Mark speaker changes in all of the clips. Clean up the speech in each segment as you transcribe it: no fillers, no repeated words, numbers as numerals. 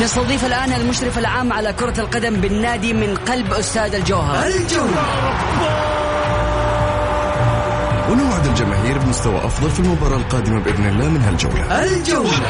Speaker 1: نستضيف الآن المشرف العام على كرة القدم بالنادي من قلب أستاذ الجوهر. الجولة.
Speaker 2: ونوعد الجماهير بمستوى أفضل في المباراة القادمة بإذن الله من هالجولة.
Speaker 1: الجولة.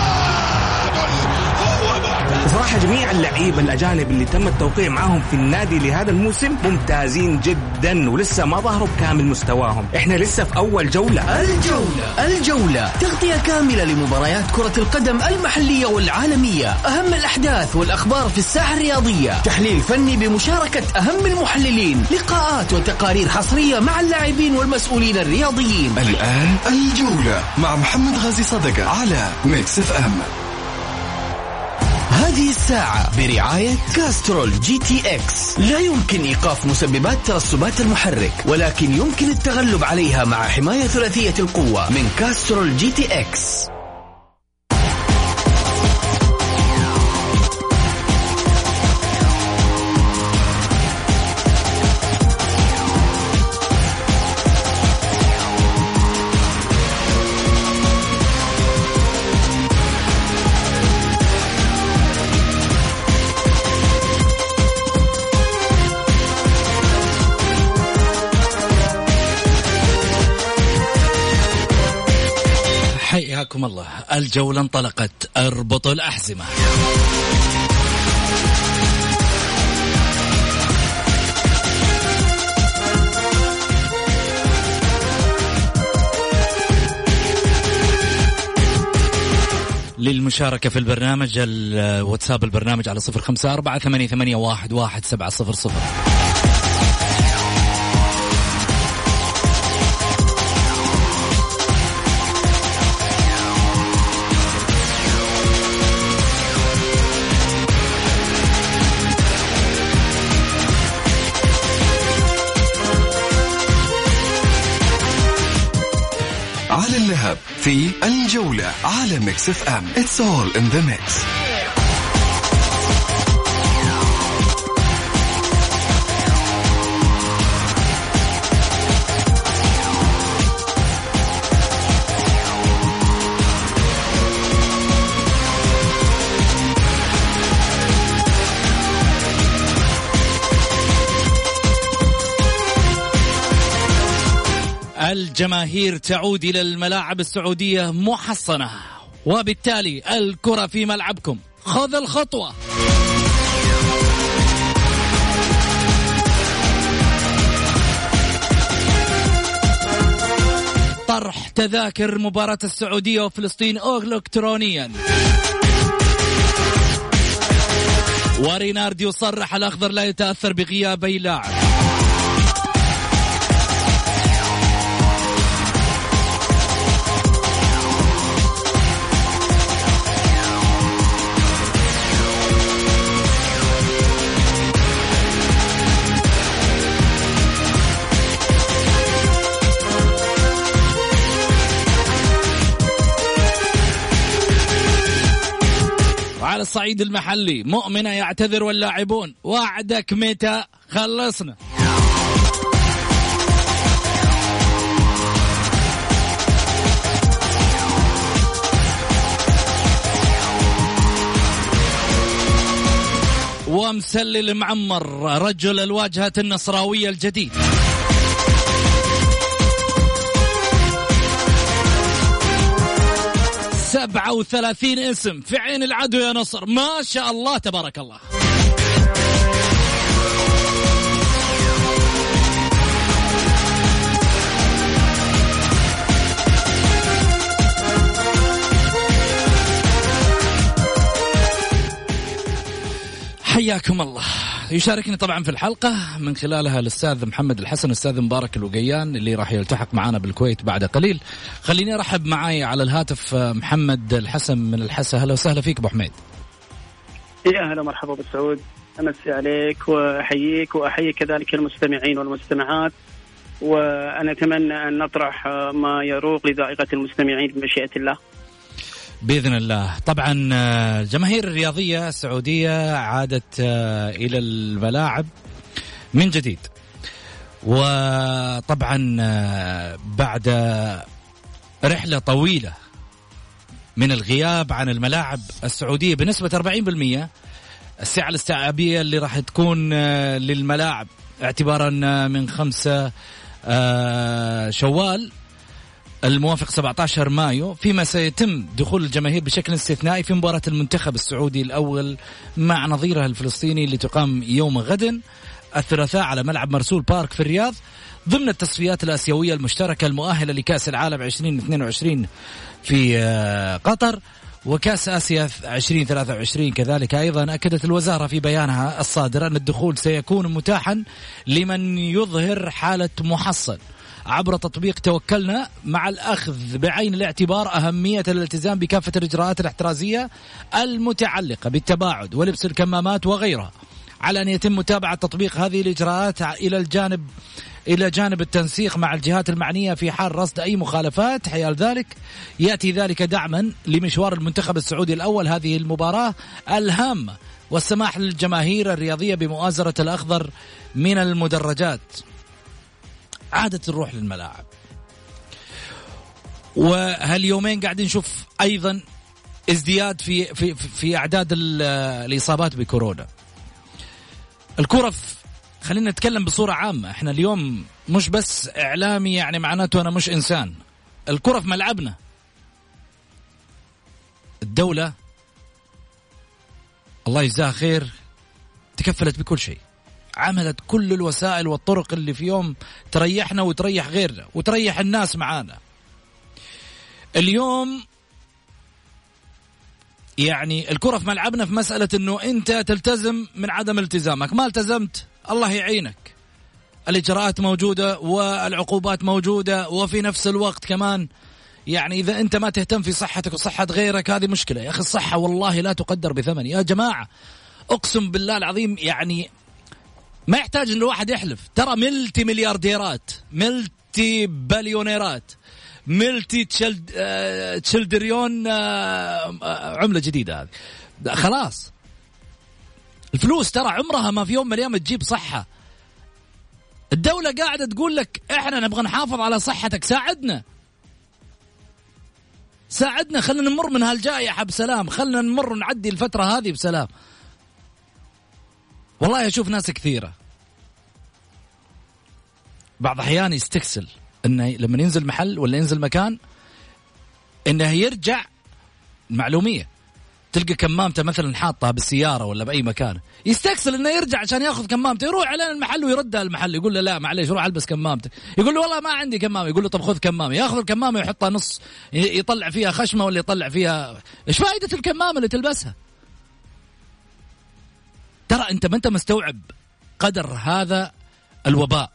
Speaker 3: بصراحة جميع اللعيبة الأجانب اللي تم التوقيع معهم في النادي لهذا الموسم ممتازين جدا ولسه ما ظهروا بكامل مستواهم. احنا لسه في أول جولة.
Speaker 4: الجولة تغطية كاملة لمباريات كرة القدم المحلية والعالمية، أهم الأحداث والأخبار في الساحة الرياضية، تحليل فني بمشاركة أهم المحللين، لقاءات وتقارير حصرية مع اللاعبين والمسؤولين الرياضيين.
Speaker 2: الآن الجولة مع محمد غازي صدقة على ميكس اف ام.
Speaker 4: هذه الساعة برعاية كاسترول جي تي اكس. لا يمكن إيقاف مسببات ترسبات المحرك، ولكن يمكن التغلب عليها مع حماية ثلاثية القوة من كاسترول جي تي اكس.
Speaker 5: حياكم الله. الجولة انطلقت. اربطوا الأحزمة. للمشاركة في البرنامج الواتساب البرنامج على 0548811700.
Speaker 2: على اللهب في الجولة على ميكس اف ام. It's all in the mix.
Speaker 5: الجماهير تعود إلى الملاعب السعودية محصنة، وبالتالي الكرة في ملعبكم. خذ الخطوة. طرح تذاكر مباراة السعودية وفلسطين إلكترونيا. وريناردو يصرح الأخضر لا يتأثر بغياب أي لاعب. على الصعيد المحلي مؤمنة يعتذر واللاعبون. وعدك متى؟ خلصنا. ومسلل معمر رجل الواجهة النصراوية الجديد. سبعة 37 اسم في عين العدو يا نصر. ما شاء الله تبارك الله. حياكم الله. يشاركني طبعا في الحلقة من خلالها الأستاذ محمد الحسن، أستاذ مبارك الوقيان اللي راح يلتحق معنا بالكويت بعد قليل. خليني أرحب معي على الهاتف محمد الحسن من الحسا. هلا وسهلا فيك أبو حميد.
Speaker 6: يا هلا مرحبا بالسعود، أمسي عليك وأحييك وأحيي كذلك المستمعين والمستمعات، وأنا أتمنى أن نطرح ما يروق لذائقة المستمعين بمشيئة الله
Speaker 5: بإذن الله. طبعا الجماهير الرياضية السعودية عادت إلى الملاعب من جديد، وطبعا بعد رحلة طويلة من الغياب عن الملاعب السعودية بنسبة 40%. السعة الاستيعابية اللي راح تكون للملاعب اعتبارا من 5 شوال الموافق 17 مايو، فيما سيتم دخول الجماهير بشكل استثنائي في مباراة المنتخب السعودي الأول مع نظيره الفلسطيني اللي تقام يوم غد الثلاثاء على ملعب مرسول بارك في الرياض ضمن التصفيات الآسيوية المشتركة المؤهلة لكأس العالم 2022 في قطر وكأس آسيا 2023 كذلك. أيضا أكدت الوزارة في بيانها الصادر أن الدخول سيكون متاحا لمن يظهر حالة محصن عبر تطبيق توكلنا، مع الأخذ بعين الاعتبار أهمية الالتزام بكافة الإجراءات الاحترازية المتعلقة بالتباعد ولبس الكمامات وغيرها، على أن يتم متابعة تطبيق هذه الإجراءات إلى جانب التنسيق مع الجهات المعنية في حال رصد أي مخالفات. حيال ذلك يأتي ذلك دعما لمشوار المنتخب السعودي الأول هذه المباراة الهامة، والسماح للجماهير الرياضية بمؤازرة الأخضر من المدرجات عادة الروح للملاعب. وهاليومين قاعدين نشوف أيضا ازدياد في أعداد الإصابات بكورونا. الكرة خلينا نتكلم بصورة عامة، احنا اليوم مش بس إعلامي يعني معناته أنا مش إنسان. الكرة في ملعبنا. الدولة الله يجزاها خير تكفلت بكل شيء، عملت كل الوسائل والطرق اللي في يوم تريحنا وتريح غيرنا وتريح الناس معانا. اليوم يعني الكرة في ملعبنا في مسألة انه انت تلتزم من عدم التزامك، ما التزمت الله يعينك، الإجراءات موجودة والعقوبات موجودة، وفي نفس الوقت كمان يعني إذا أنت ما تهتم في صحتك وصحة غيرك هذه مشكلة. يا أخي الصحة والله لا تقدر بثمن يا جماعة، أقسم بالله العظيم. يعني ما يحتاج إن الواحد يحلف، ترى ملتي مليارديرات، ملتي بليونيرات، ملتي تشلدريون عملة جديدة هذه خلاص. الفلوس ترى عمرها ما في يوم من الأيام تجيب صحة. الدولة قاعدة تقول لك إحنا نبغى نحافظ على صحتك، ساعدنا خلنا نمر من هالجائحة بسلام، خلنا نمر ونعدي الفترة هذه بسلام. والله أشوف ناس كثيرة بعض أحيان يستكسل إنه لما ينزل محل ولا ينزل مكان إنه يرجع. معلومية تلقى كمامته مثلا حاطها بالسيارة ولا بأي مكان، يستكسل إنه يرجع عشان يأخذ كمامته، يروح على المحل ويردها المحل، يقول له لا معليش روح ألبس كمامته، يقول له والله ما عندي كمامة، يقول له طب خذ كمامة، يأخذ الكمامة ويحطها نص، يطلع فيها خشمة ولا يطلع فيها. إيش فائدة الكمامة اللي تلبسها؟ ترى أنت ما أنت مستوعب قدر هذا الوباء،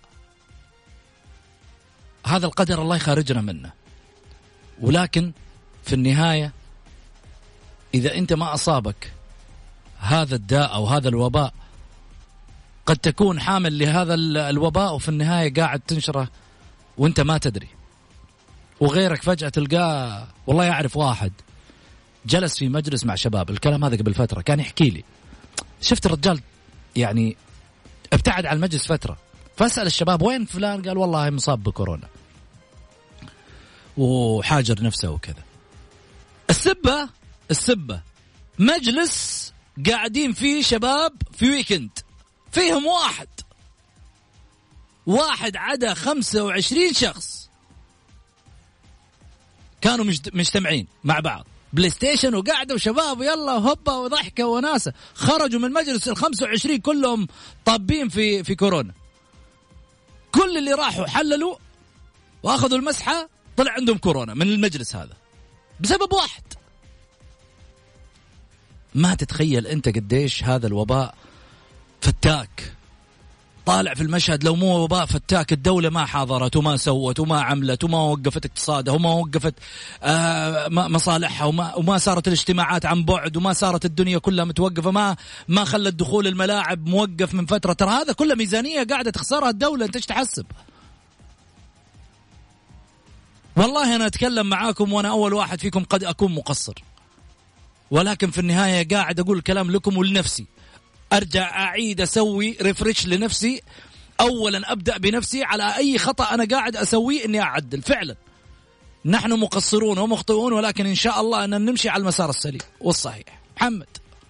Speaker 5: هذا القدر الله يخارجنا منه. ولكن في النهاية إذا أنت ما أصابك هذا الداء أو هذا الوباء، قد تكون حامل لهذا الوباء وفي النهاية قاعد تنشره وأنت ما تدري، وغيرك فجأة تلقاه. والله يعرف واحد جلس في مجلس مع شباب، الكلام هذا قبل فترة، كان يحكي لي شفت الرجال يعني ابتعد عن المجلس فترة، فأسأل الشباب وين فلان؟ قال والله مصاب بكورونا وحاجر نفسه وكذا. السبة مجلس قاعدين فيه شباب في ويكند، فيهم واحد عدا 25 شخص كانوا مجتمعين مع بعض بلاي ستيشن وقعدوا شباب يلا هبة وضحكة وناسة، خرجوا من مجلس 25 كلهم طابين في كورونا. كل اللي راحوا حللوا واخذوا المسحة طلع عندهم كورونا من المجلس هذا بسبب واحد. ما تتخيل انت قديش هذا الوباء فتاك طالع في المشهد. لو مو وباء فتاك الدولة ما حاضرت وما سوت وما عملت وما وقفت اقتصادها وما وقفت مصالحها وما صارت الاجتماعات عن بعد وما صارت الدنيا كلها متوقفة، ما خلت دخول الملاعب موقف من فترة. ترى هذا كله ميزانية قاعدة تخسرها الدولة، انت ايش تحسب؟ والله أنا أتكلم معاكم وأنا أول واحد فيكم قد أكون مقصر، ولكن في النهاية قاعد أقول كلام لكم ولنفسي، أرجع أعيد أسوي ريفريش لنفسي. أولا أبدأ بنفسي، على أي خطأ أنا قاعد أسويه إني أعدل فعلا. نحن مقصرون ومخطئون، ولكن إن شاء الله أن نمشي على المسار السليم والصحيح. محمد.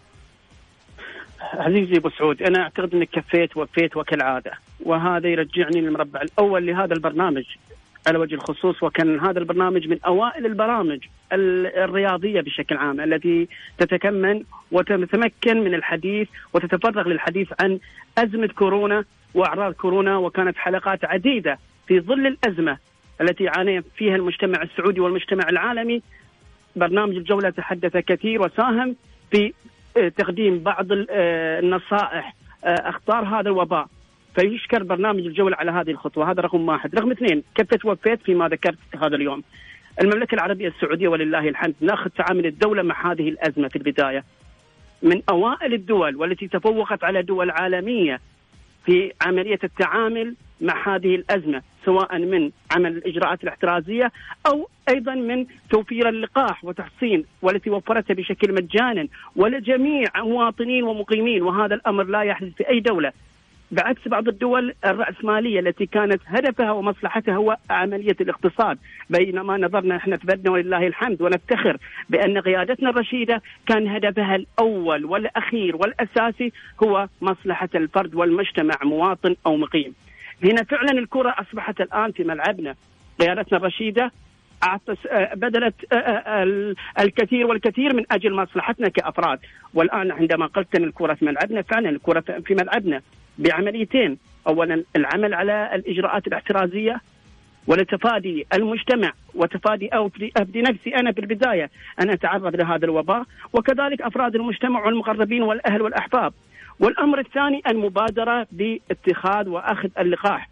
Speaker 6: عزيزي أبو سعود، أنا أعتقد أنك كفيت وفيت وكالعادة، وهذا يرجعني للمربع الأول لهذا البرنامج على وجه الخصوص. وكان هذا البرنامج من أوائل البرامج الرياضية بشكل عام التي تتكمن وتتمكن من الحديث وتتفرغ للحديث عن أزمة كورونا وأعراض كورونا، وكانت حلقات عديدة في ظل الأزمة التي عانى فيها المجتمع السعودي والمجتمع العالمي. برنامج الجولة تحدث كثير وساهم في تقديم بعض النصائح اخطار هذا الوباء، فيشكر برنامج الجولة على هذه الخطوة. هذا رقم واحد. رقم اثنين، كفت وفيت فيما ذكرت هذا اليوم. المملكة العربية السعودية ولله الحمد ناخذ تعامل الدولة مع هذه الأزمة في البداية من أوائل الدول والتي تفوقت على دول عالمية في عملية التعامل مع هذه الأزمة، سواء من عمل الإجراءات الاحترازية أو أيضا من توفير اللقاح وتحصين، والتي وفرتها بشكل مجانا ولجميع مواطنين ومقيمين، وهذا الأمر لا يحدث في أي دولة، بعكس بعض الدول الرأسمالية التي كانت هدفها ومصلحتها هو عملية الاقتصاد. بينما نظرنا احنا في بلدنا ولله الحمد ونفتخر بأن قيادتنا الرشيدة كان هدفها الأول والأخير والأساسي هو مصلحة الفرد والمجتمع، مواطن أو مقيم. هنا فعلا الكرة أصبحت الآن في ملعبنا. قيادتنا الرشيدة بذلت الكثير والكثير من أجل مصلحتنا كأفراد، والآن عندما قلت أن الكرة في ملعبنا، فعلا الكرة في ملعبنا بعمليتين. أولا العمل على الإجراءات الاحترازية ولتفادي المجتمع وتفادي أو أبدي نفسي أنا في البداية أن أتعرض لهذا الوباء، وكذلك أفراد المجتمع والمقربين والأهل والأحباب. والأمر الثاني المبادرة باتخاذ وأخذ اللقاح،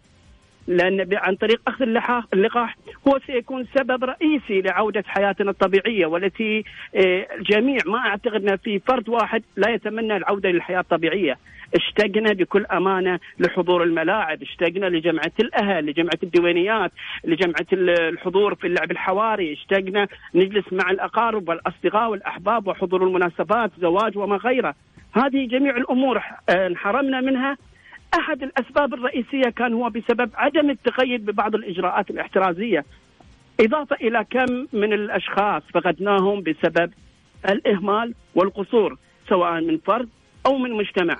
Speaker 6: لأن عن طريق أخذ اللقاح هو سيكون سبب رئيسي لعودة حياتنا الطبيعية، والتي الجميع ما أعتقدنا في فرد واحد لا يتمنى العودة للحياة الطبيعية. اشتقنا بكل أمانة لحضور الملاعب، اشتقنا لجمعة الأهل، لجمعة الديوانيات، لجمعة الحضور في اللعب الحواري، اشتقنا نجلس مع الأقارب والأصدقاء والأحباب وحضور المناسبات، زواج وما غيره. هذه جميع الأمور انحرمنا منها. أحد الأسباب الرئيسية كان هو بسبب عدم التقيد ببعض الإجراءات الاحترازية، إضافة إلى كم من الأشخاص فقدناهم بسبب الإهمال والقصور سواء من فرد أو من مجتمع.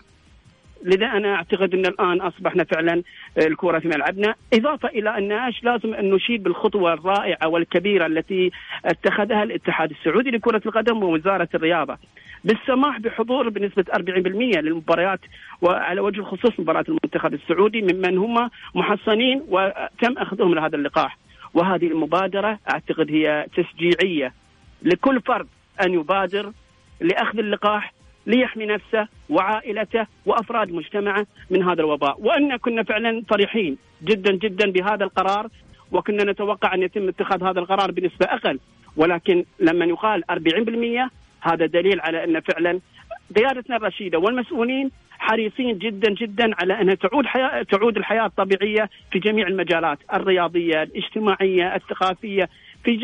Speaker 6: لذا أنا أعتقد أن الآن أصبحنا فعلا الكرة في ملعبنا، إضافة إلى أن لازم أن نشيد بالخطوة الرائعة والكبيرة التي اتخذها الاتحاد السعودي لكرة القدم ووزارة الرياضة بالسماح بحضور بنسبة 40% للمباريات، وعلى وجه الخصوص مباراة المنتخب السعودي ممن هم محصنين وتم أخذهم لهذا اللقاح. وهذه المبادرة أعتقد هي تشجيعية لكل فرد أن يبادر لأخذ اللقاح ليحمي نفسه وعائلته وأفراد مجتمعه من هذا الوباء. وأن كنا فعلا فرحين جدا جدا بهذا القرار، وكنا نتوقع أن يتم اتخاذ هذا القرار بنسبة أقل، ولكن لما يقال 40% هذا دليل على أن فعلا قيادتنا الرشيدة والمسؤولين حريصين جدا جدا على أنها تعود الحياة الطبيعية في جميع المجالات الرياضية، الاجتماعية، الثقافية، في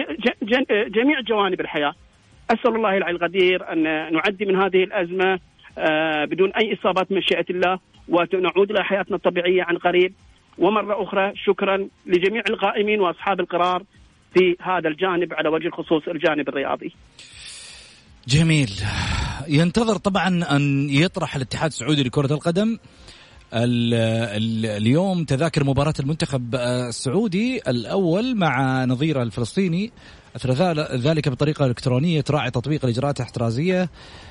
Speaker 6: جميع جوانب الحياة. أسأل الله العلي القدير أن نعدي من هذه الأزمة بدون أي إصابات من مشيئة الله، ونعود إلى حياتنا الطبيعية عن قريب. ومرة أخرى شكرا لجميع القائمين وأصحاب القرار في هذا الجانب على وجه الخصوص الجانب الرياضي.
Speaker 5: جميل. ينتظر طبعا أن يطرح الاتحاد السعودي لكرة القدم اليوم تذاكر مباراة المنتخب السعودي الأول مع نظيره الفلسطيني، ذلك بطريقة إلكترونية تراعي تطبيق الإجراءات الاحترازية.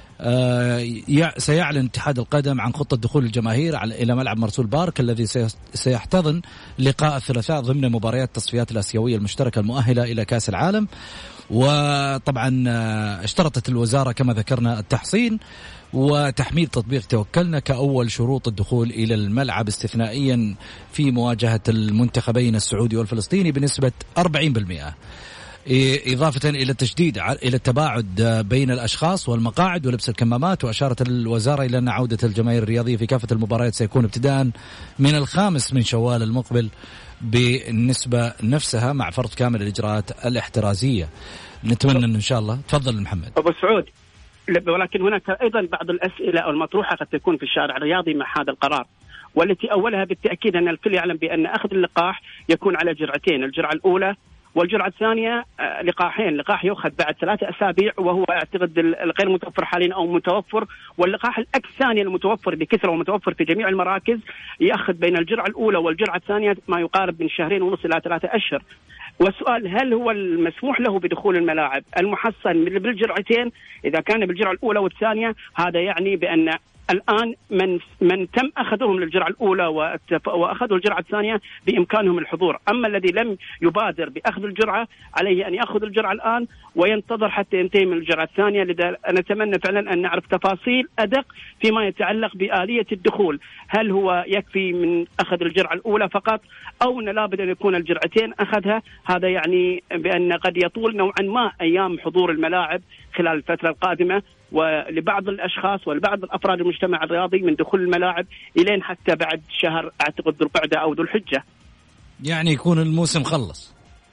Speaker 5: سيعلن اتحاد القدم عن خطة دخول الجماهير إلى ملعب مرسول بارك الذي سيحتضن لقاء الثلاثاء ضمن مباريات التصفيات الآسيوية المشتركة المؤهلة إلى كأس العالم. وطبعا اشترطت الوزارة كما ذكرنا التحصين وتحميل تطبيق توكلنا كأول شروط الدخول إلى الملعب استثنائيا في مواجهة المنتخبين السعودي والفلسطيني بنسبة 40%، إضافة إلى التشديد إلى التباعد بين الأشخاص والمقاعد ولبس الكمامات. وأشارت الوزارة إلى أن عودة الجماهير الرياضية في كافة المباريات سيكون ابتداء من 5 من شوال المقبل بالنسبة نفسها مع فرض كامل الإجراءات الاحترازية. نتمنى إن شاء الله. تفضل محمد.
Speaker 6: أبو سعود، ولكن هناك أيضا بعض الأسئلة المطروحة قد تكون في الشارع الرياضي مع هذا القرار، والتي أولها بالتأكيد أن الكل يعلم بأن أخذ اللقاح يكون على جرعتين، الجرعة الأولى والجرعة الثانية لقاحين، لقاح يؤخذ بعد 3 أسابيع وهو أعتقد الغير متوفر حاليا أو متوفر، واللقاح الثاني المتوفر بكثرة ومتوفر في جميع المراكز يأخذ بين الجرعة الأولى والجرعة الثانية ما يقارب من 2.5 إلى 3 أشهر. والسؤال هل هو المسموح له بدخول الملاعب؟ المحصن بالجرعتين إذا كان بالجرعة الأولى والثانية هذا يعني بأن الآن من تم أخذهم للجرعة الأولى وأخذوا الجرعة الثانية بإمكانهم الحضور، أما الذي لم يبادر بأخذ الجرعة عليه أن يأخذ الجرعة الآن وينتظر حتى ينتهي من الجرعة الثانية. لذا نتمنى فعلا أن نعرف تفاصيل أدق فيما يتعلق بآلية الدخول، هل هو يكفي من أخذ الجرعة الأولى فقط أو أن لابد أن يكون الجرعتين أخذها؟ هذا يعني بأن قد يطول نوعا ما أيام حضور الملاعب خلال الفترة القادمة، ولبعض الأشخاص ولبعض الأفراد المجتمع الرياضي من دخول الملاعب إلين حتى بعد شهر أعتقد ذو القعدة أو ذو الحجة، يعني
Speaker 5: يكون الموسم خلص.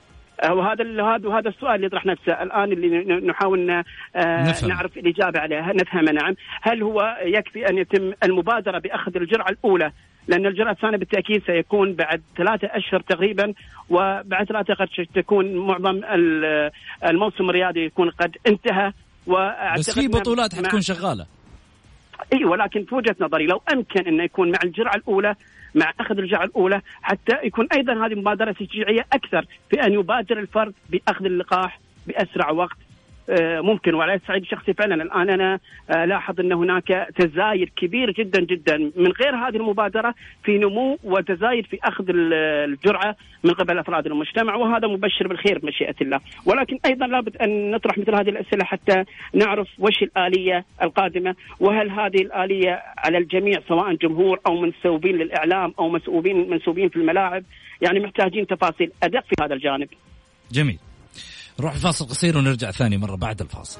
Speaker 6: وهذا السؤال اللي يطرح نفسه الآن، اللي نحاول نعرف الإجابة عليه، نفهمه. نعم، هل هو يكفي أن يتم المبادرة بأخذ الجرعة الأولى؟ لأن الجرعة الثانية بالتأكيد سيكون بعد 3 أشهر تقريبا، وبعد 3 قد تكون معظم الموسم الرياضي يكون قد انتهى،
Speaker 5: بس في بطولات حتكون شغالة.
Speaker 6: ولكن في وجهة نظري لو أمكن أن يكون مع الجرعة الأولى، مع أخذ الجرعة الأولى، حتى يكون أيضا هذه مبادرة تشجيعية أكثر في أن يبادر الفرد بأخذ اللقاح بأسرع وقت ممكن. وعلى الصعيد الشخصي فعلا الآن أنا لاحظ أن هناك تزايد كبير جدا جدا من غير هذه المبادرة في نمو وتزايد في أخذ الجرعة من قبل أفراد المجتمع، وهذا مبشر بالخير بمشيئة الله. ولكن أيضا لابد أن نطرح مثل هذه الأسئلة حتى نعرف وش الآلية القادمة، وهل هذه الآلية على الجميع سواء جمهور أو منسوبين للإعلام أو منسوبين في الملاعب. يعني محتاجين تفاصيل أدق في هذا الجانب.
Speaker 5: جميل، نروح فاصل قصير ونرجع ثاني مرة بعد الفاصل.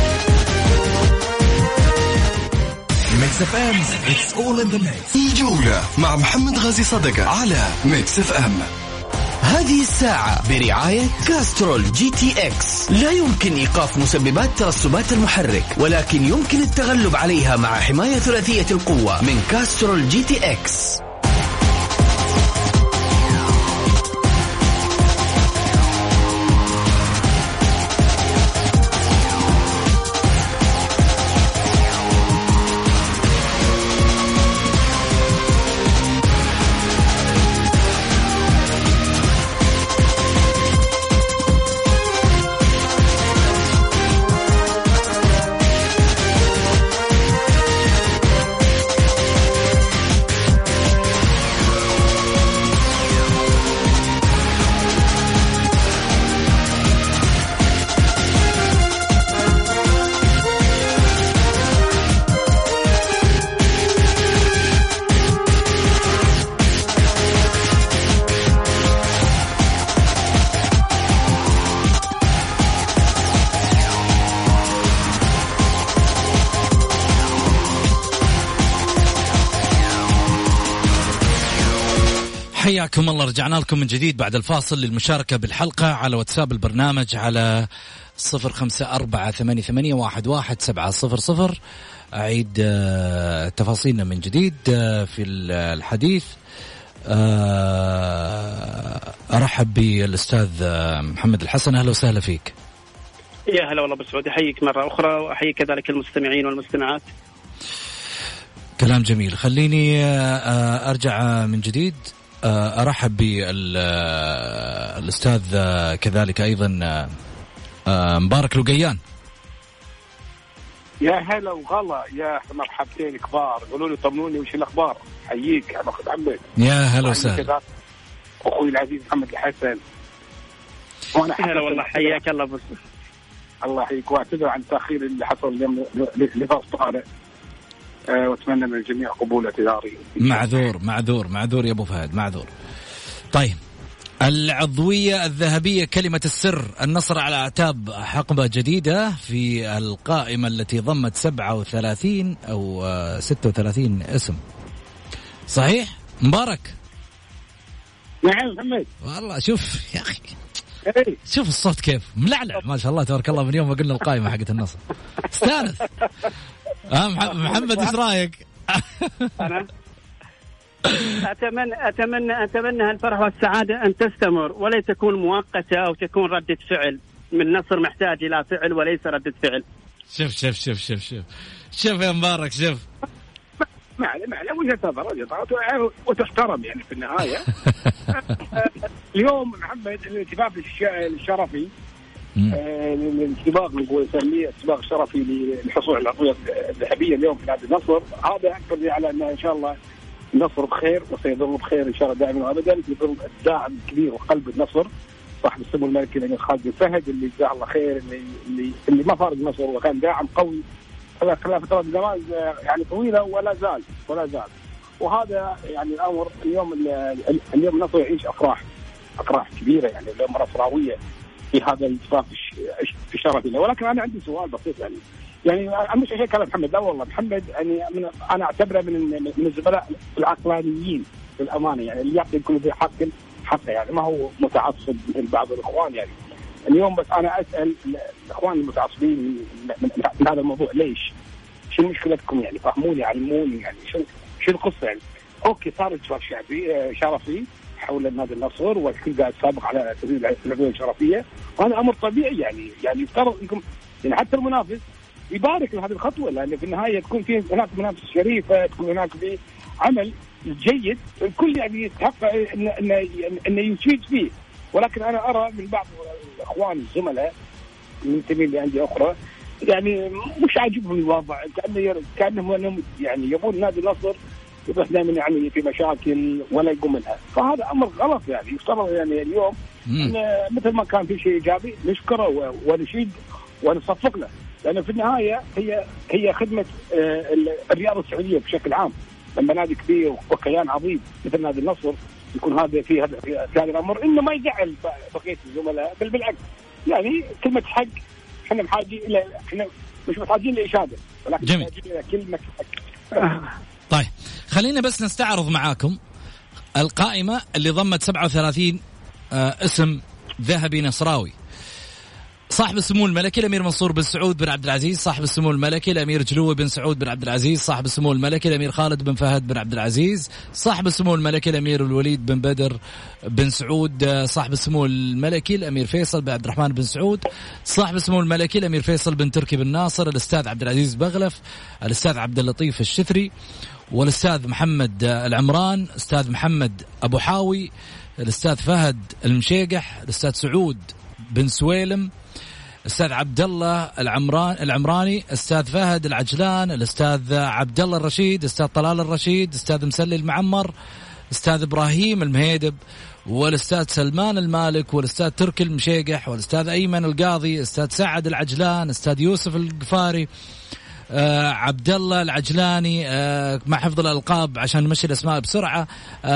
Speaker 2: ميكس اف ام it's all in the mix. الجولة مع محمد غازي صدقة على ميكس اف ام.
Speaker 4: هذه الساعة برعاية كاسترول جي تي اكس. لا يمكن إيقاف مسببات ترسبات المحرك، ولكن يمكن التغلب عليها مع حماية ثلاثية القوة من كاسترول جي تي اكس.
Speaker 5: حياكم الله، رجعنا لكم من جديد بعد الفاصل للمشاركة بالحلقة على واتساب البرنامج على 0548811700. أعيد تفاصيلنا من جديد في الحديث. أرحب بالأستاذ محمد الحسن، أهلا وسهلا فيك.
Speaker 6: يا هلا والله بسعود، أحييك مرة أخرى وأحيي كذلك المستمعين والمستمعات.
Speaker 5: كلام جميل، خليني أرجع من جديد أرحب بالأستاذ كذلك أيضا مبارك الوقيان.
Speaker 7: يا هلا وغلا، يا مرحبتين كبار، قولوا لي طمنوني وش الأخبار. حييك يا أخي محمد.
Speaker 5: يا هلا وسهلا.
Speaker 7: أخوي العزيز محمد الحسن.
Speaker 6: وأنا هلا والله، حياك الله. بس
Speaker 7: الله يحييك، واعتذر عن التأخير اللي حصل اليوم لفظ طارئ، واتمنى من الجميع قبول اعتذاري.
Speaker 5: معذور يا ابو فهد، معذور. طيب، العضوية الذهبية كلمة السر، النصر على أعتاب حقبة جديدة في القائمة التي ضمت 37 أو 36 اسم. صحيح مبارك؟
Speaker 7: نعم محمد.
Speaker 5: والله شوف يا أخي، شوف الصوت كيف ملعلع ما شاء الله تبارك الله من يوم ما قلنا القائمة حقت النصر. استانس. محمد ايش رايك؟
Speaker 6: أتمنى هالفرح والسعادة أن تستمر ولا تكون مؤقتة أو تكون ردة فعل. من النصر محتاج إلى فعل وليس ردة فعل.
Speaker 5: شوف يا مبارك، شوف
Speaker 7: معلي وجهة نظر وتحترم يعني في النهاية. اليوم محمد الاتفاق الشرفي، السباق نقول نسميه السباق الشرفي للحصول على العطية الذهبية اليوم في نادي النصر، هذا أكبر على أن إن شاء الله النصر بخير وسيظل بخير إن شاء الله دائما وأبدا، في ظل الداعم الكبير وقلب النصر صاحب السمو الملكي الأمير خالد بن فهد، اللي جزاه الله خير، اللي ما فارق النصر وكان داعم قوي خلال فترة زمان يعني طويلة ولا زال. وهذا يعني الأمر اليوم النصر يعيش أفراح كبيرة يعني اليوم نصراوية في هذا الاتفاق الشرفي له. ولكن أنا عندي سؤال بسيط يعني مش شيء كلام محمد، لا والله محمد يعني أنا أعتبره من الزملاء العقلانيين للأمانة، يعني اللي يعطي كل ذي حقه يعني ما هو متعصب مثل بعض الإخوان يعني. اليوم بس أنا أسأل الإخوان المتعصبين من هذا الموضوع، ليش؟ شو مشكلتكم يعني؟ فهموني علموني يعني شو القصة يعني. أوكي صار اتفاق شرفي حول النادي النصر والكل قاعد سابق على تنفيذ العقود الشرفية، وهذا أمر طبيعي يعني يفترض إنكم يعني حتى المنافس يبارك لهذه الخطوة، لأن في النهاية تكون في هناك منافسة شريفة، تكون هناك في عمل جيد الكل يعني يستحق إنه يشيد فيه. ولكن أنا أرى من بعض الإخوان الزملاء المنتمين لأندية أخرى يعني مش عاجبهم الوضع، كأنهم يعني يبون نادي النصر يروح دائما يعني في مشاكل ولا يقوم منها، فهذا أمر غلط يعني. يفترض يعني اليوم مثل ما كان في شيء إيجابي نشكره ونشيد ونصفق له، لأن في النهاية هي خدمة الرياضة السعودية بشكل عام. لما نادي كبير وكيان عظيم مثل نادي النصر يكون هذا في هذا الأمر، إنه ما يزعل بقية الزملاء، بل بالعكس يعني كلمة حق. احنا مش محتاجين لإشادة، ولكن محتاجين كلمة حق.
Speaker 5: طيب خلينا بس نستعرض معاكم القائمة اللي ضمت 37 اسم ذهبي نصراوي. صاحب السمو الملكي الأمير منصور بن سعود بن عبد العزيز، صاحب السمو الملكي الأمير جلوي بن سعود بن عبد العزيز، صاحب السمو الملكي الأمير خالد بن فهد بن عبد العزيز، صاحب السمو الملكي الأمير الوليد بن بدر بن سعود، صاحب السمو الملكي الأمير فيصل بن عبد الرحمن بن سعود، صاحب السمو الملكي الأمير فيصل بن تركي بن ناصر، الأستاذ عبد العزيز بغلف، الأستاذ عبد اللطيف الشثري، والأستاذ محمد العمران، أستاذ محمد أبو حاوي، الأستاذ فهد المشيقح، الأستاذ سعود بن سويلم، الأستاذ عبد الله العمراني، أستاذ فهد العجلان، الأستاذ عبد الله الرشيد، أستاذ طلال الرشيد، أستاذ مسلي المعمر، أستاذ إبراهيم المهيدب، والأستاذ سلمان المالك، والأستاذ تركي المشيقح، والأستاذ أيمن القاضي، أستاذ سعد العجلان، أستاذ يوسف القفاري، عبد الله العجلاني، مع حفظ الألقاب عشان نمشي الأسماء بسرعة،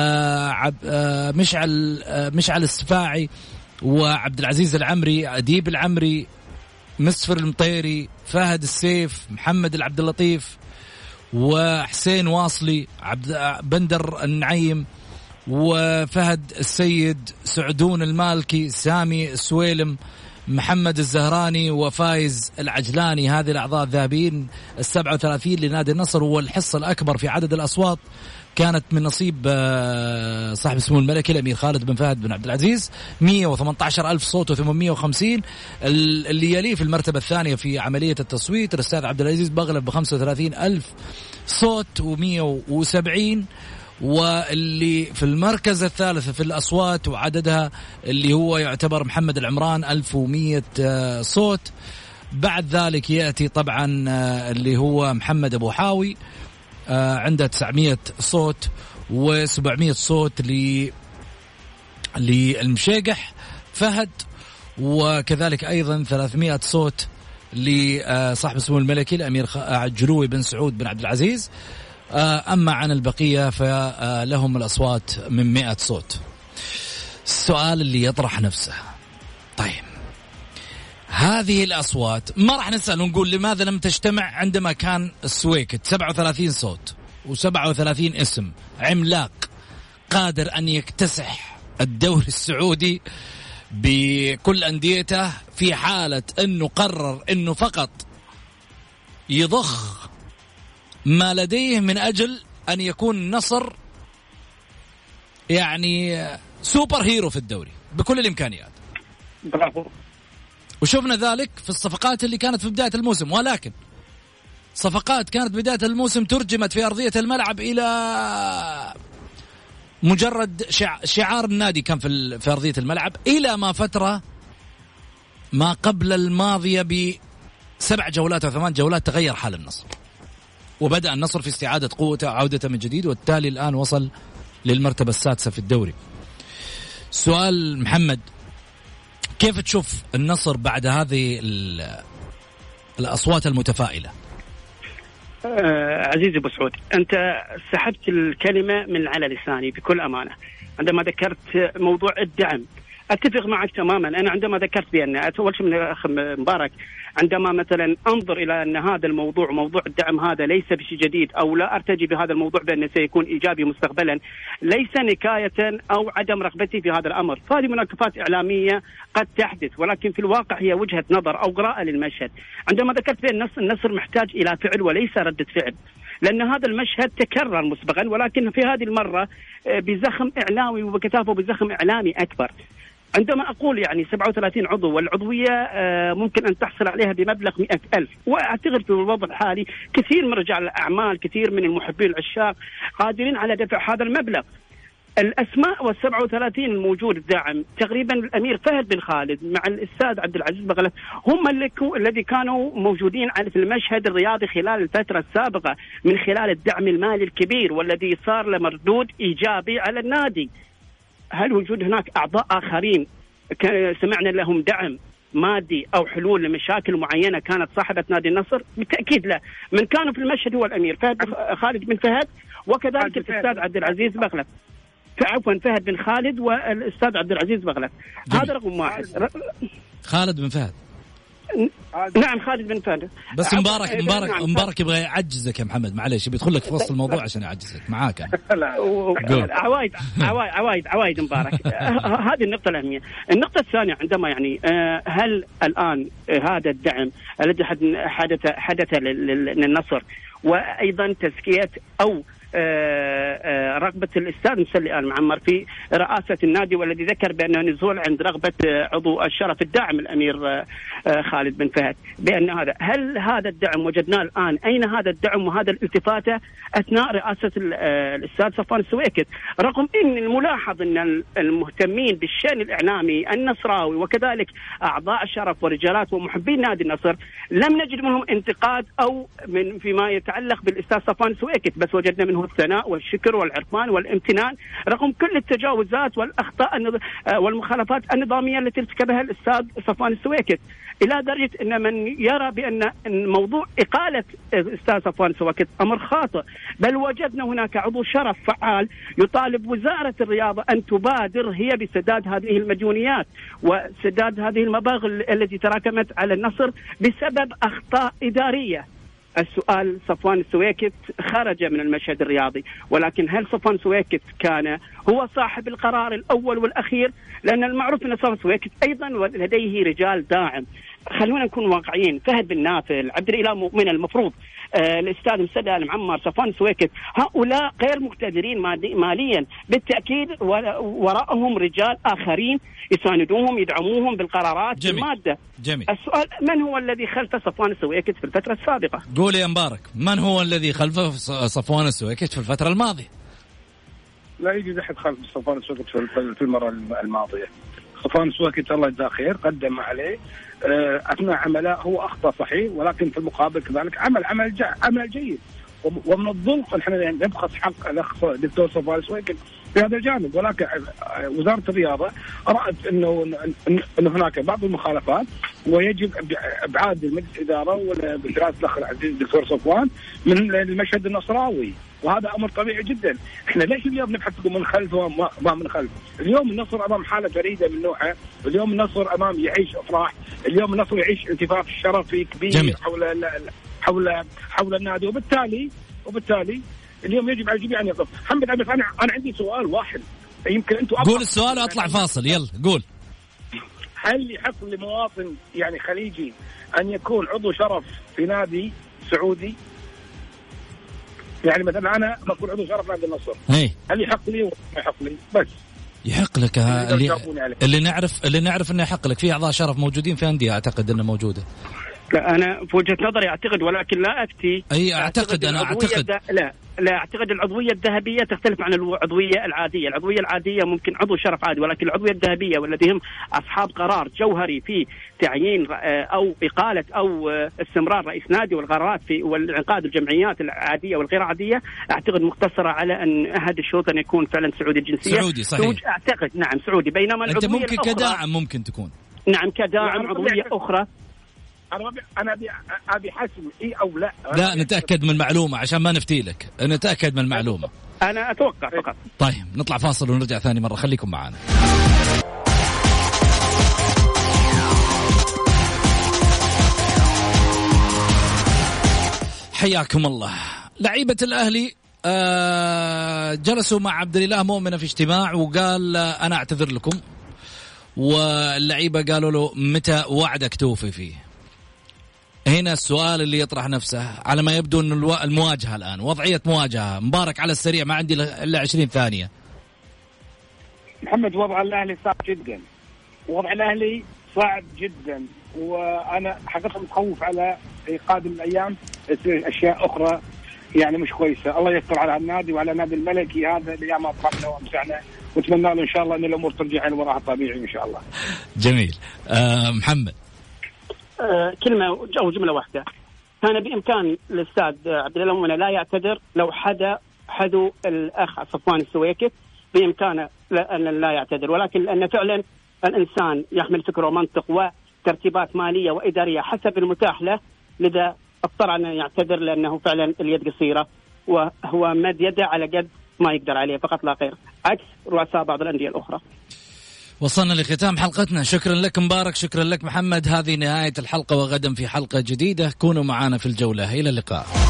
Speaker 5: مشعل السفاعي، وعبد العزيز العمري، أديب العمري، مسفر المطيري، فهد السيف، محمد العبد اللطيف، وحسين واصلي، بندر النعيم، وفهد السيد، سعدون المالكي، سامي السويلم، محمد الزهراني، وفايز العجلاني. هذه الأعضاء الذهبيين 37 لنادي النصر، والحصة الأكبر في عدد الأصوات كانت من نصيب صاحب السمو الملكي الأمير خالد بن فهد بن عبد العزيز 118,000 صوت و850. اللي يليه في المرتبة الثانية في عملية التصويت الأستاذ عبد العزيز بغلب ب35,000 صوت و170. واللي في المركز الثالث في الأصوات وعددها اللي هو يعتبر محمد العمران 1100 صوت. بعد ذلك يأتي طبعا اللي هو محمد أبو حاوي عنده 900 صوت و700 صوت للمشيقح فهد، وكذلك أيضا 300 صوت لصاحب السمو الملكي الأمير جلوي بن سعود بن عبد العزيز. أما عن البقية فلهم الأصوات من 100 صوت. السؤال اللي يطرح نفسه، طيب هذه الأصوات ما راح نسأل ونقول لماذا لم تجتمع عندما كان السويكت 37 صوت و37 اسم عملاق قادر أن يكتسح الدوري السعودي بكل أنديته، في حالة أنه قرر أنه فقط يضخ ما لديه من أجل أن يكون النصر يعني سوبر هيرو في الدوري بكل الإمكانيات.
Speaker 6: برافو.
Speaker 5: وشفنا ذلك في الصفقات اللي كانت في بداية الموسم، ولكن صفقات كانت بداية الموسم ترجمت في أرضية الملعب إلى مجرد شعار النادي كان في أرضية الملعب، إلى ما فترة ما قبل الماضية ب7 جولات أو 8 جولات تغير حال النصر، وبدأ النصر في استعادة قوته وعودته من جديد، والتالي الآن وصل للمرتبة السادسة في الدوري. سؤال محمد، كيف تشوف النصر بعد هذه الأصوات المتفائلة؟
Speaker 6: عزيزي أبو سعود، أنت سحبت الكلمة من على لساني بكل أمانة عندما ذكرت موضوع الدعم. أتفق معك تماما. أنا عندما ذكرت بأن أول شيء من الأخ مبارك، عندما مثلا أنظر إلى أن هذا الموضوع موضوع الدعم هذا ليس بشيء جديد، أو لا أرتجي بهذا الموضوع بأنه سيكون إيجابي مستقبلا، ليس نكاية أو عدم رغبتي في هذا الأمر. فهذه مناقفات إعلامية قد تحدث، ولكن في الواقع هي وجهة نظر أو قراءة للمشهد. عندما ذكرت بأن النصر محتاج إلى فعل وليس ردة فعل، لأن هذا المشهد تكرر مسبقا، ولكن في هذه المرة بزخم إعلامي وبكثافة بزخم إعلامي أكبر. عندما أقول يعني 37 عضو، والعضوية ممكن أن تحصل عليها بمبلغ 100,000، وأعتقد في الوضع الحالي كثير من رجال الأعمال، كثير من المحبين العشاق قادرين على دفع هذا المبلغ. الأسماء وال37 الموجود الداعم تقريبا الأمير فهد بن خالد مع الأستاذ عبد العزيز بغلة هم الذي كانوا موجودين في المشهد الرياضي خلال الفترة السابقة من خلال الدعم المالي الكبير، والذي صار له مردود إيجابي على النادي. هل وجود هناك أعضاء آخرين سمعنا لهم دعم مادي أو حلول لمشاكل معينة كانت صاحبة نادي النصر؟ بالتأكيد لا. من كانوا في المشهد هو الأمير خالد بن فهد، وكذلك الأستاذ عبد العزيز بغلة، عفوا فهد بن خالد والأستاذ عبد العزيز بغلة. هذا رقم واحد.
Speaker 5: خالد بن فهد.
Speaker 6: نعم خالد بن فهد.
Speaker 5: بس مبارك يبغى يعجزك يا محمد، معليش بيدخل لك في وسط الموضوع عشان يعجزك معاك. عوايد مبارك. هذه النقطة الأهمية. النقطة الثانية، عندما يعني هل الآن هذا الدعم الذي حدث للنصر، وأيضا تزكية أو رغبة الأستاذ مسلي آل معمر في رئاسة النادي، والذي ذكر بأنه نزول عند رغبة عضو الشرف الداعم الأمير خالد بن فهد، بأن هل هذا الدعم وجدناه الآن؟ أين هذا الدعم وهذا الالتفاتة أثناء رئاسة الأستاذ صفوان السويكت؟ رغم أن الملاحظ أن المهتمين بالشأن الإعلامي النصراوي وكذلك أعضاء الشرف ورجالات ومحبين نادي النصر لم نجد منهم انتقاد أو من فيما يتعلق بالأستاذ صفوان السويكت، بس وجدنا منه الثناء والشكر والعرفان والامتنان رغم كل التجاوزات والأخطاء والمخالفات النظامية التي ارتكبها الأستاذ صفوان السويكت، إلى درجة أن من يرى بأن موضوع إقالة الأستاذ صفوان السويكت أمر خاطئ، بل وجدنا هناك عضو شرف فعال يطالب وزارة الرياضة أن تبادر هي بسداد هذه المديونيات وسداد هذه المبالغ التي تراكمت على النصر بسبب أخطاء إدارية. السؤال، صفوان السويكت خرج من المشهد الرياضي، ولكن هل صفوان السويكت كان هو صاحب القرار الأول والأخير؟ لأن المعروف أن صفوان السويكت أيضا لديه رجال داعم. خلونا نكون واقعيين. فهد بن نافل، عبد الإله مؤمن، المفروض الأستاذ مسلي آل معمر، صفوان السويكت، هؤلاء غير مقتدرين ماليا، بالتأكيد وراءهم رجال آخرين يساندوهم يدعموهم بالقرارات المادة. جميل.
Speaker 6: السؤال، من هو الذي خلف صفوان السويكت في الفترة السابقة؟
Speaker 5: قول يا مبارك، من هو الذي خلف صفوان السويكت في الفترة الماضية؟
Speaker 7: لا يوجد أحد خلف صفوان السويكت في المرة الماضية. صفوان السويكت الله يجزاه خير قدم عليه أثناء عمله، هو أخطأ صحيح، ولكن في المقابل كذلك عمل جيد. ومن الظلم نحن نبخس حق الأخ دكتور صفوان السويكت في هذا الجانب، ولكن وزارة الرياضة رأت أنه هناك بعض المخالفات ويجب إبعاد المجلس الإدارة وبرئاسة الأخ العزيز دكتور صفوان من المشهد النصراوي، وهذا أمر طبيعي جدا. إحنا ليش اليوم نبحث من خلف وما من خلف؟ اليوم النصر أمام حالة فريدة من نوعها، اليوم النصر أمام يعيش أفراح، اليوم النصر يعيش التفاف الشرفي كبير جميل. حول النادي، وبالتالي اليوم يجب على الجميع أن يقف. محمد أنا عندي سؤال واحد، يمكن أنتم
Speaker 5: قول السؤال وأطلع فاصل. يلا قول.
Speaker 7: هل يحق لمواطن يعني خليجي أن يكون عضو شرف في نادي سعودي؟ يعني مثلا انا بكون عضو شرف نادي النصر، هل يحق لي ولا ما يحق لي؟ بس
Speaker 5: يحق لك اللي نعرف انه يحق لك. في اعضاء شرف موجودين في انديه اعتقد انه موجوده.
Speaker 6: لا انا في وجهه نظري اعتقد، ولكن لا افتي.
Speaker 5: اعتقد
Speaker 6: لا اعتقد العضويه الذهبيه تختلف عن العضويه العاديه. العضويه العاديه ممكن عضو شرف عادي، ولكن العضويه الذهبيه والذي هم اصحاب قرار جوهري في تعيين او اقاله او استمرار رئيس نادي والقرارات في والانعقاد الجمعيات العاديه والغير عاديه، اعتقد مقتصره على ان احد الشروط ان يكون فعلا سعودي الجنسيه.
Speaker 5: سعودي صحيح.
Speaker 6: اعتقد نعم سعودي. بينما
Speaker 5: انت ممكن كداعم ممكن تكون.
Speaker 6: نعم كداعم عضويه اخرى.
Speaker 7: أنا أبي حسم إيه أو لا.
Speaker 5: لا نتأكد من المعلومة عشان ما نفتي لك، نتأكد من المعلومة.
Speaker 6: أنا أتوقع فقط.
Speaker 5: طيب نطلع فاصل ونرجع ثاني مرة، خليكم معنا. حياكم الله. لعيبة الأهلي جلسوا مع عبد الإله مؤمنة في اجتماع وقال أنا أعتذر لكم، واللعيبة قالوا له متى وعدك توفي فيه؟ هنا السؤال اللي يطرح نفسه على ما يبدو أن المواجهة الآن وضعية مواجهة. مبارك على السريع، ما عندي إلا 20 ثانية.
Speaker 7: محمد وضع الأهلي صعب جدا، وضع الأهلي صعب جدا، وأنا حقيقة متخوف على قادم الأيام أشياء أخرى يعني مش كويسة. الله يستر على النادي وعلى نادي الملكي هذا اللي ما أطلقنا وامسعنا، واتمنى له إن شاء الله أن الأمور ترجع إلى وضعها الطبيعي إن شاء الله.
Speaker 5: جميل. محمد
Speaker 6: كلمة أو جملة واحدة. كان بإمكان الأستاذ عبد الله مؤمنة لا يعتذر لو حدو الأخ صفوان السويكت، بإمكانه أن لا يعتذر، ولكن لأن فعلا الإنسان يحمل فكر ومنطق وترتيبات مالية وإدارية حسب المتاح له، لذا اضطر أن يعتذر لأنه فعلا اليد قصيرة وهو مد يده على قد ما يقدر عليه فقط لا غير، عكس رؤساء بعض الأندية الأخرى.
Speaker 5: وصلنا لختام حلقتنا. شكرا لك مبارك، شكرا لك محمد. هذه نهاية الحلقة، وغدا في حلقة جديدة كونوا معنا في الجولة. إلى اللقاء.